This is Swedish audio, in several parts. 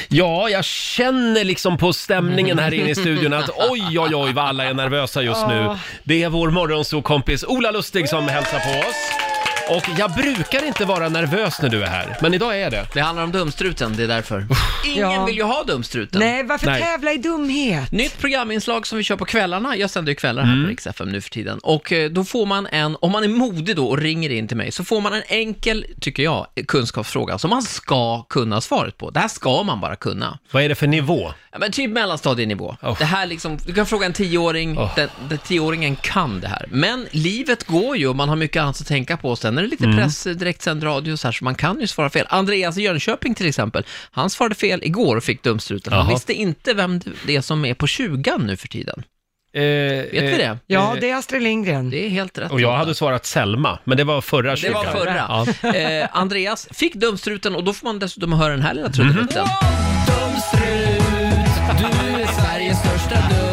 Ja, jag känner liksom på stämningen här inne i studion att oj vad alla är nervösa just nu. Det är vår morgonsåkompis Ola Lustig som hälsar på oss. Och jag brukar inte vara nervös när du är här, men idag är det. Det handlar om dumstruten, det är därför. Ingen vill ju ha dumstruten. Nej, varför tävla i dumhet? Nytt programinslag som vi kör på kvällarna. Jag sänder ju kvällar här på Rix FM nu för tiden. Och då får man om man är modig då och ringer in till mig, så får man en enkel, tycker jag, kunskapsfråga som man ska kunna svaret på. Det här ska man bara kunna. Vad är det för nivå? Ja, men typ mellanstadienivå. Det här liksom, du kan fråga en 10-åring, den 10-åringen kan det här. Men livet går ju och man har mycket annat att tänka på. Sen är det lite press, direktsänd radio så här, så man kan ju svara fel. Andreas i Jönköping till exempel, han svarade fel igår och fick dumstruten. Han visste inte vem det är som är på 20 nu för tiden. Vet vi det? Ja, det är Astrid Lindgren. Det är helt rätt. Och jag hade svarat Selma, men det var förra 20. Det var förra. Ja. Andreas fick dumstruten och då får man dessutom höra den här lilla trudelutten. Dumstrut, du är Sveriges största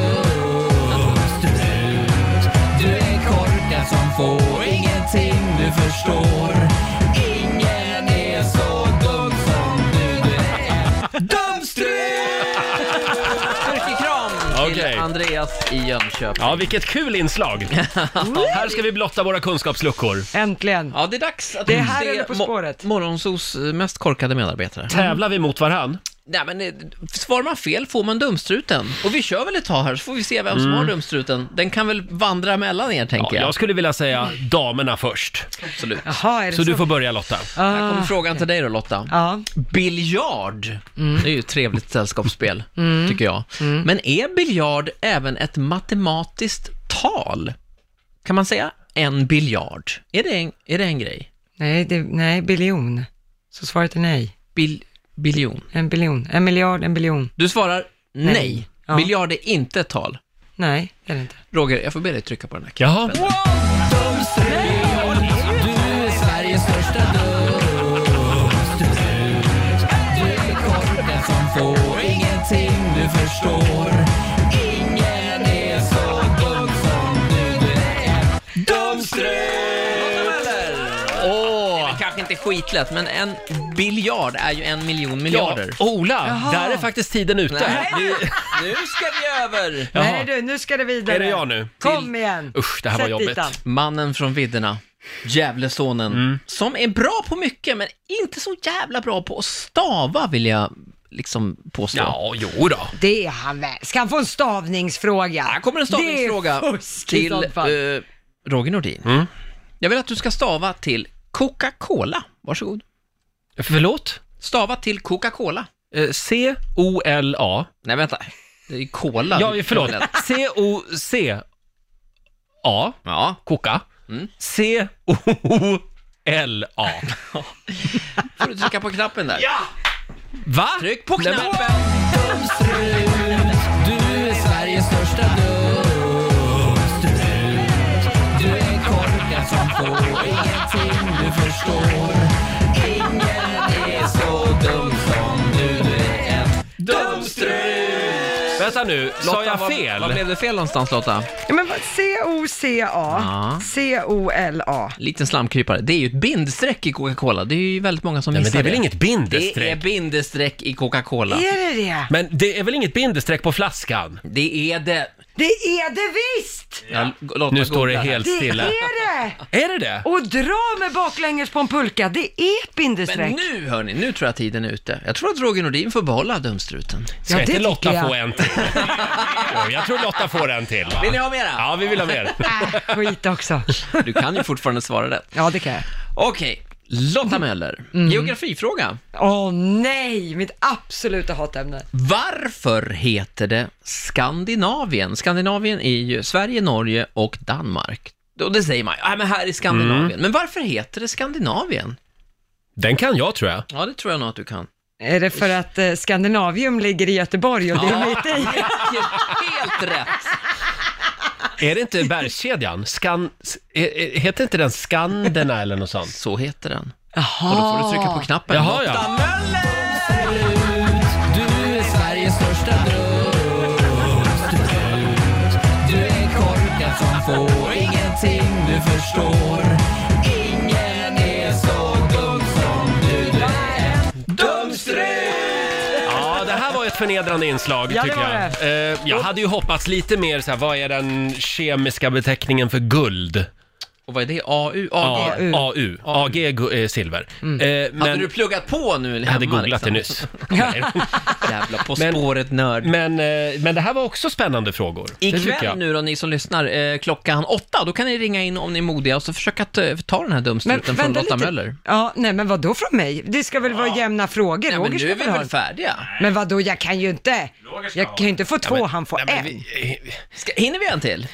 dumstrut. Du är korkad som får ingenting du förstår. Ingen är så dum som du är. Dumstrut! Styrkekram till Andreas i Jönköping. Ja, vilket kul inslag. Här ska vi blotta våra kunskapsluckor. Äntligen. Ja, det är dags att det här är på spåret. Morgonsos mest korkade medarbetare. Tävlar vi mot varann? Nej, men svarar man fel får man dumstruten. Och vi kör väl ett tag här så får vi se vem som har dumstruten. Den kan väl vandra mellan er, tänker jag. Jag skulle vilja säga damerna först. Absolut. Jaha, är det så du får börja, Lotta. Här kommer frågan till dig då, Lotta. Biljard. Det är ju ett trevligt sällskapsspel, tycker jag. Men är biljard även ett matematiskt tal? Kan man säga en biljard? Är det en grej? Nej, biljon. Så svaret är nej. Biljon. En biljon. En miljard, en biljon. Du svarar nej. Ja. Biljard är inte ett tal. Nej, det är det inte. Roger, jag får be dig trycka på den här Jaha. knappen. Du är Sveriges största dumstrut. Du är korkad som får ingenting du förstår. Ingen är så dum som du är. Dumstrut! Kanske inte skitlätt, men en biljard är ju 1 miljon miljarder. Ja, Ola, där är faktiskt tiden ute. Nu ska vi över. Jaha. Nej du, nu ska det vidare. Är det jag nu? Kom igen. Usch, det här var jobbigt. Mannen från vidderna, Gävlesonen, som är bra på mycket, men inte så jävla bra på att stava, vill jag liksom påstå. Ja, jo då. Det är han väl. Ska han få en stavningsfråga? Här kommer en stavningsfråga till Roger Nordin. Jag vill att du ska stava till Coca-Cola. Varsågod. Förlåt? Stava till Coca-Cola. C-O-L-A. Nej, vänta. Det är cola. Ja, förlåt. C-O-C-A. Ja. Coca. C-O-L-A. Får du trycka på knappen där? Ja! Va? Tryck på knappen. Dumstrut, du är Sveriges största dumstrut. Du är korkad som får ingenting du förstår. Ingen är så dum som du är. Dumstrut! Vänta nu, sa jag fel? Vad blev det fel någonstans, Lotta? Ja, men C-O-C-A. C-O-L-A. Liten slamkrypare. Det är ju ett bindestreck i Coca-Cola. Det är ju väldigt många som Nej, missar men det är väl inget bindestreck? Det är bindestreck i Coca-Cola. Är det? Men det är väl inget bindestreck på flaskan? Det är det. Det är det visst! Ja, nu står det helt Det stilla. är det! Är det? Och dra med baklänges på en pulka, det är ett bindestreck. Men nu, hörni, nu tror jag tiden är ute. Jag tror att Roger Nordin får behålla dumstruten. Ska inte det Lotta tycker jag. få en till? Jo, jag tror Lotta får en till, va? Vill ni ha mera? Ja, vi vill ha mer. Skit också. Du kan ju fortfarande svara rätt. Ja, det kan jag. Okej, Lotta Möller. Geografifråga. Åh nej, mitt absoluta hatämne. Varför heter det Skandinavien? Skandinavien är ju Sverige, Norge och Danmark. Och det säger man, ja men här är Skandinavien. Men varför heter det Skandinavien? Den kan jag, tror jag. Ja, det tror jag nog att du kan. Är det för att Skandinavium ligger i Göteborg och det är mitt i? Helt rätt. Är det inte bergskedjan? Heter inte den Skanderna eller något sånt? Så heter den. Jaha. Och då får du trycka på knappen. Jaha, ja. Lotta Möller! Du är Sveriges största dumstrut. Du är korkad som får ingenting du förstår. Ingen är så dum som du är. Dumstrut! Ja, det här var ett förnedrande inslag, Ja, det tycker var jag. Jag hade ju hoppats lite mer så här, vad är den kemiska beteckningen för guld? Och vad är det? AU? AG? AU. AG är silver. Hade du pluggat på nu? Jag hade googlat det nyss. Jävla På spåret-nörd. Men det här var också spännande frågor. Ikväll nu då, ni som lyssnar, klockan 8, då kan ni ringa in om ni är modiga och så försöka ta den här dumstruten från Lotta Möller. Ja, nej men vad då från mig? Det ska väl vara jämna frågor. Ja, men nu är vi väl färdiga? Men vad då? Jag kan ju inte. Jag kan ju inte få två, han får en. Hinner vi en till?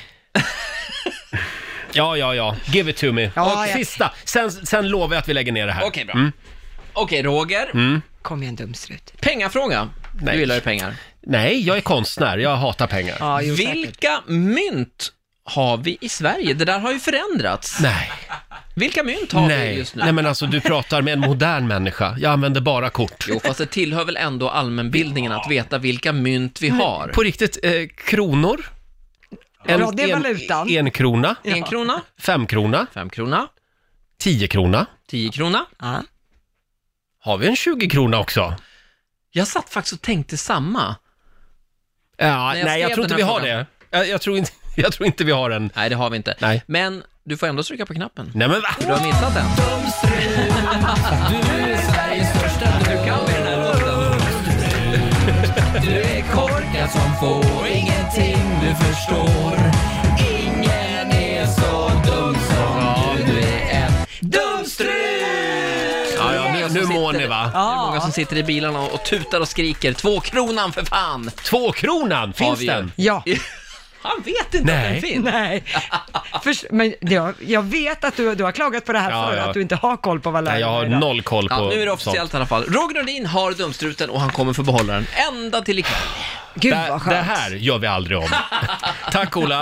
Ja. Give it to me. Ja, och sista. Sen lovar jag att vi lägger ner det här. Okej, bra. Okej, Roger. Kom igen, dumstrut. Pengafråga. Nej. Du gillar ju pengar. Nej, jag är konstnär. Jag hatar pengar. Ja, jo, Vilka mynt har vi i Sverige? Det där har ju förändrats. Nej. Vilka mynt har vi just nu? Nej, men alltså du pratar med en modern människa. Jag använder bara kort. Jo, fast det tillhör väl ändå allmänbildningen att veta vilka mynt vi har. På riktigt, kronor? det är valutan. En krona. 1 krona, 5 krona. 5 krona, 10 krona. 10 krona. Ja. Har vi en 20 krona också? Jag satt faktiskt och tänkte samma. Ja, jag nej, jag skrev tror inte den vi här har frågan. det. Jag tror inte vi har en. Nej, det har vi inte. Nej. Men du får ändå trycka på knappen. Nej, men va? Du har missat den. Du är Sveriges största. Du kan med den här låten. Du är korkad som får ingenting du förstår. Ingen är så dum som du. Du är en dumstrut. Ja, nu mår ni, va? Det är många som sitter i bilarna och tutar och skriker 2 kronan för fan. 2 kronan, finns vi den? Ja. Han vet inte att den finns. Nej, men jag vet att du har klagat på det här för att du inte har koll på vad Nej, jag har noll koll på nu är det officiellt sånt. i alla fall. Roger Nordin har dumstruten och han kommer få behålla den ända till ikväll. Gud vad skönt. Det här gör vi aldrig om. Tack, Ola.